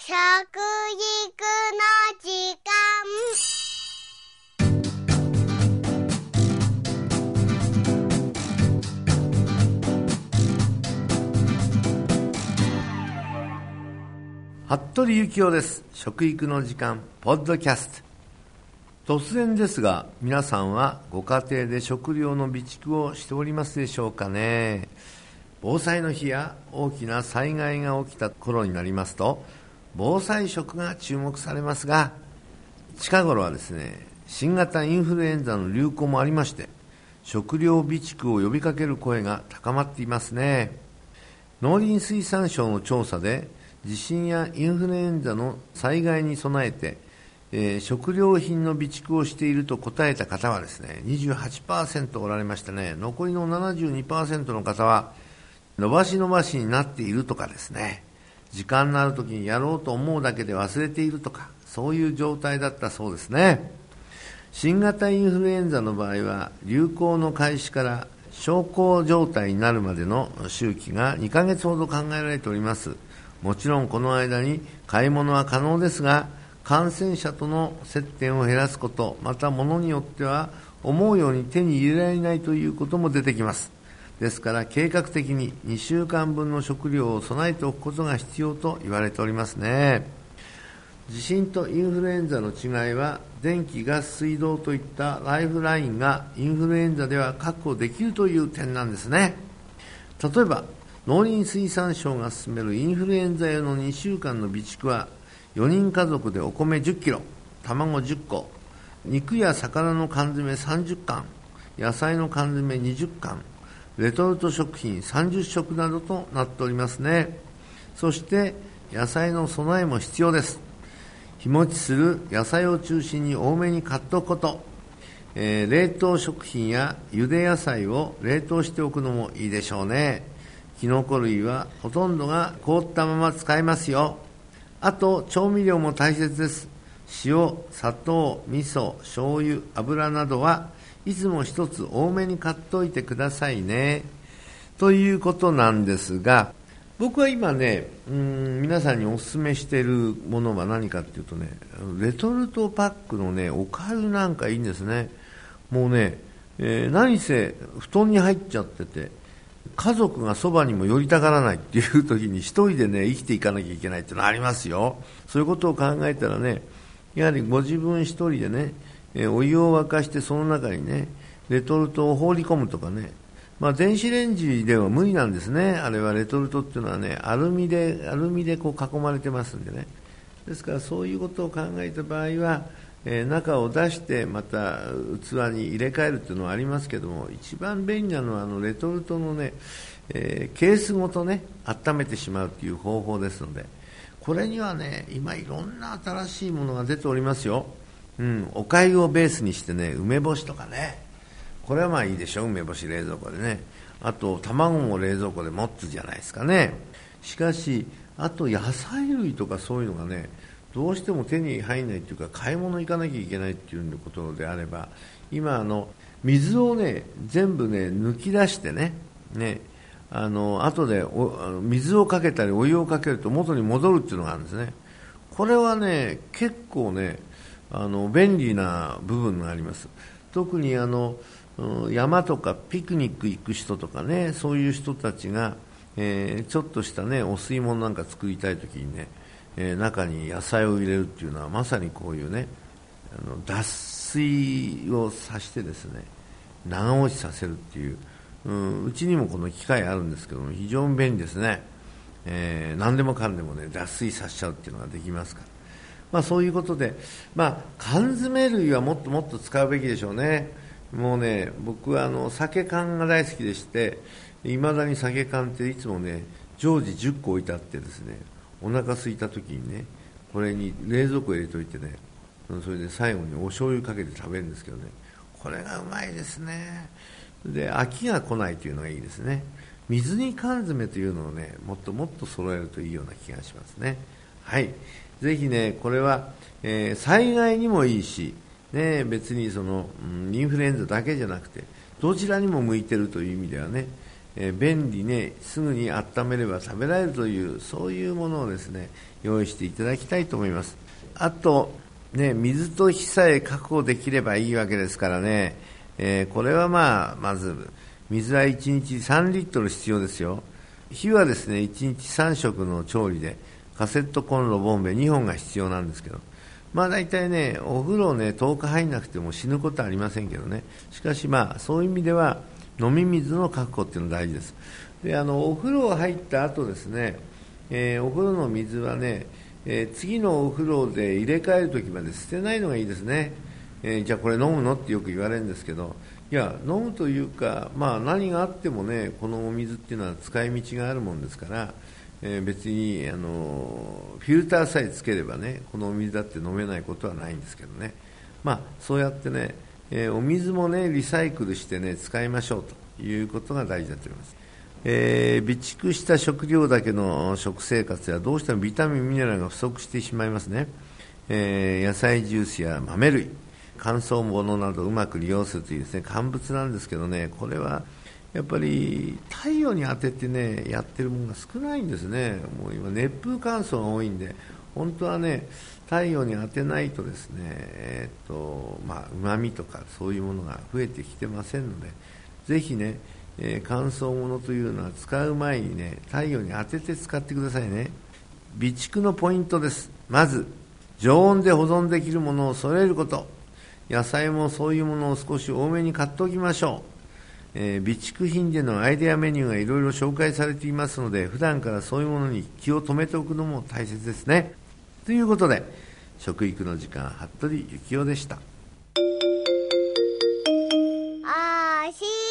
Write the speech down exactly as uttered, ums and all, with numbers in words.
食育の時間。 服部幸男です。食育の時間ポッドキャスト。突然ですが、皆さんはご家庭で食料の備蓄をしておりますでしょうかね。防災の日や大きな災害が起きた頃になりますと、防災食が注目されますが、近頃はですね、新型インフルエンザの流行もありまして、食料備蓄を呼びかける声が高まっていますね。農林水産省の調査で、地震やインフルエンザの災害に備えて、えー、食料品の備蓄をしていると答えた方はですね、にじゅうはちパーセント おられましてね、残りの ななじゅうにパーセント の方は伸ばし伸ばしになっているとかですね、時間のある時にやろうと思うだけで忘れているとか、そういう状態だったそうですね。新型インフルエンザの場合は、流行の開始から小康状態になるまでの周期がにかげつほど考えられております。もちろんこの間に買い物は可能ですが、感染者との接点を減らすこと、また物によっては思うように手に入れられないということも出てきます。ですから計画的ににしゅうかんぶんの食料を備えておくことが必要と言われておりますね。地震とインフルエンザの違いは、電気、ガス、水道といったライフラインがインフルエンザでは確保できるという点なんですね。例えば農林水産省が進めるインフルエンザ用のにしゅうかんの備蓄は、よにん家族でお米じゅっキロ、卵じゅっこ、肉や魚の缶詰さんじゅっかん、野菜の缶詰にじゅっかん、レトルト食品さんじゅっしょくなどとなっておりますね。そして野菜の備えも必要です。日持ちする野菜を中心に多めに買っておくこと、えー、冷凍食品や茹で野菜を冷凍しておくのもいいでしょうね。キノコ類はほとんどが凍ったまま使えますよ。あと調味料も大切です。塩、砂糖、味噌、醤油、油などはいつも一つ多めに買っておいてくださいね。ということなんですが、僕は今ね、うーん皆さんにお勧めしているものは何かっていうとね、レトルトパックのね、おかゆなんかいいんですね。もうね、えー、何せ布団に入っちゃってて、家族がそばにも寄りたがらないっていう時に一人でね生きていかなきゃいけないっていうのはありますよ。そういうことを考えたらね、やはりご自分一人でね、えー、お湯を沸かしてその中にねレトルトを放り込むとかね、まあ電子レンジでは無理なんですね。あれはレトルトっていうのはね、アルミでアルミでこう囲まれてますんでね。ですからそういうことを考えた場合は、えー、中を出してまた器に入れ替えるというのはありますけども、一番便利なのはあのレトルトのね、えー、ケースごとね温めてしまうという方法ですので、これにはね今いろんな新しいものが出ておりますよ。うん、おかゆをベースにしてね、梅干しとかね、これはまあいいでしょう。梅干し冷蔵庫でね、あと卵も冷蔵庫で持つじゃないですかね。しかしあと野菜類とかそういうのがね、どうしても手に入らないというか、買い物行かなきゃいけないっていうことであれば、今あの水をね全部ね抜き出してね、ねあの後でおあの水をかけたりお湯をかけると元に戻るっていうのがあるんですね。これはね結構ねあの便利な部分があります。特にあの山とかピクニック行く人とかね、そういう人たちが、えー、ちょっとしたねお吸い物なんか作りたいときにね、えー、中に野菜を入れるっていうのはまさにこういうね、あの脱水をさしてですね長持ちさせるっていう、うん、うちにもこの機械あるんですけども、非常に便利ですね。えー、何でもかんでもね脱水させちゃうっていうのができますから、まあ、そういうことで、まあ、缶詰類はもっともっと使うべきでしょうね。もうね、僕はあの酒缶が大好きでして、いまだに酒缶っていつもね常時じゅっこ置いてあってですね、お腹空いた時にねこれに冷蔵庫入れといてね、それで最後にお醤油かけて食べるんですけどね、これがうまいですね。で飽きが来ないというのがいいですね。水煮缶詰というのをねもっともっと揃えるといいような気がしますね。はい、ぜひねこれは、えー、災害にもいいし、ね、別にその、うん、インフルエンザだけじゃなくてどちらにも向いてるという意味ではね、 えー、便利ね、すぐに温めれば食べられるという、そういうものをですね、用意していただきたいと思います。あと、ね、水と火さえ確保できればいいわけですからね、えー、これはまあ、まず、水はいちにちさんリットル必要ですよ。火はですね、いちにちさん食の調理で、カセットコンロ、ボンベにほんが必要なんですけど、まあ大体ね、お風呂ね、とおか入んなくても死ぬことはありませんけどね。しかしまあ、そういう意味では、飲み水の確保っていうのが大事です。で、あの、お風呂入った後ですね、えー、お風呂の水はね、えー、次のお風呂で入れ替えるときまで捨てないのがいいですね。えー、じゃあこれ飲むのってよく言われるんですけど、いや、飲むというか、まあ何があってもね、このお水っていうのは使い道があるもんですから、えー、別にあのフィルターさえつければね、このお水だって飲めないことはないんですけどね。まあそうやってね、えー、お水もね、リサイクルしてね、使いましょうということが大事だと思います。えー、備蓄した食料だけの食生活ではどうしてもビタミン、ミネラルが不足してしまいますね。えー、野菜ジュースや豆類、乾燥物などをうまく利用するというですね、乾物なんですけどね、これはやっぱり太陽に当ててね、やってるものが少ないんですね。もう今熱風乾燥が多いんで、本当はね、太陽に当てないとですね、えー、っと、まあ、旨味とかそういうものが増えてきてませんので、ぜひね、えー、乾燥物というのは使う前にね、太陽に当てて使ってくださいね。備蓄のポイントです。まず、常温で保存できるものを揃えること。野菜もそういうものを少し多めに買っておきましょう。えー、備蓄品でのアイデアメニューがいろいろ紹介されていますので、普段からそういうものに気を止めておくのも大切ですね。ということで、食育の時間、服部幸男でした。 あーし